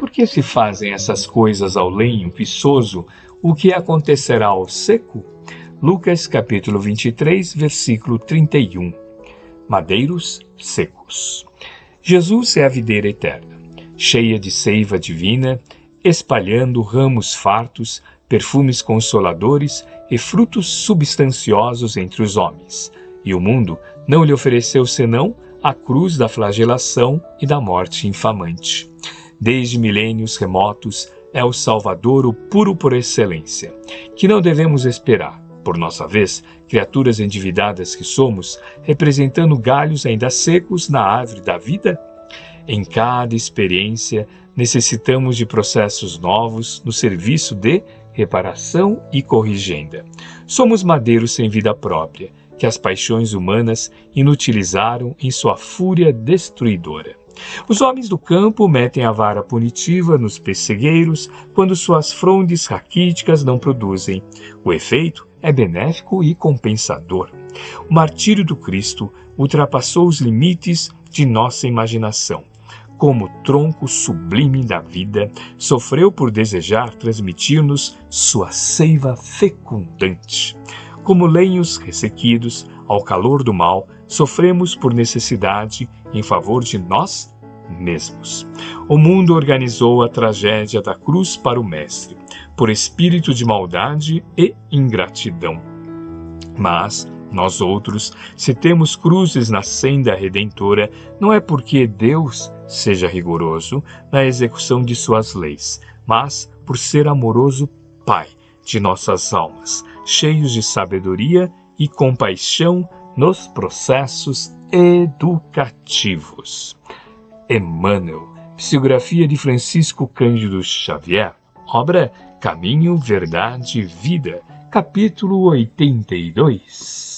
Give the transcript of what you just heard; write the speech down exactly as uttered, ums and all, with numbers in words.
Por que se fazem essas coisas ao lenho viçoso? O que acontecerá ao seco? Lucas capítulo vinte e três, versículo trinta e um. Madeiros secos. Jesus é a videira eterna, cheia de seiva divina, espalhando ramos fartos, perfumes consoladores e frutos substanciosos entre os homens. E o mundo não lhe ofereceu senão a cruz da flagelação e da morte infamante. Desde milênios remotos, é o Salvador o puro por excelência, que não devemos esperar, por nossa vez, criaturas endividadas que somos, representando galhos ainda secos na árvore da vida? Em cada experiência, necessitamos de processos novos no serviço de reparação e corrigenda. Somos madeiros sem vida própria, que as paixões humanas inutilizaram em sua fúria destruidora. Os homens do campo metem a vara punitiva nos pessegueiros quando suas frondes raquíticas não produzem. O efeito é benéfico e compensador. O martírio do Cristo ultrapassou os limites de nossa imaginação. Como tronco sublime da vida, sofreu por desejar transmitir-nos sua seiva fecundante. Como lenhos ressequidos, ao calor do mal, sofremos por necessidade em favor de nós mesmos. O mundo organizou a tragédia da cruz para o Mestre, por espírito de maldade e ingratidão. Mas nós outros, se temos cruzes na senda redentora, não é porque Deus seja rigoroso na execução de suas leis, mas por ser amoroso Pai de nossas almas, cheios de sabedoria e compaixão nos processos educativos. Emmanuel, psicografia de Francisco Cândido Xavier, obra Caminho, Verdade e Vida, capítulo oitenta e dois.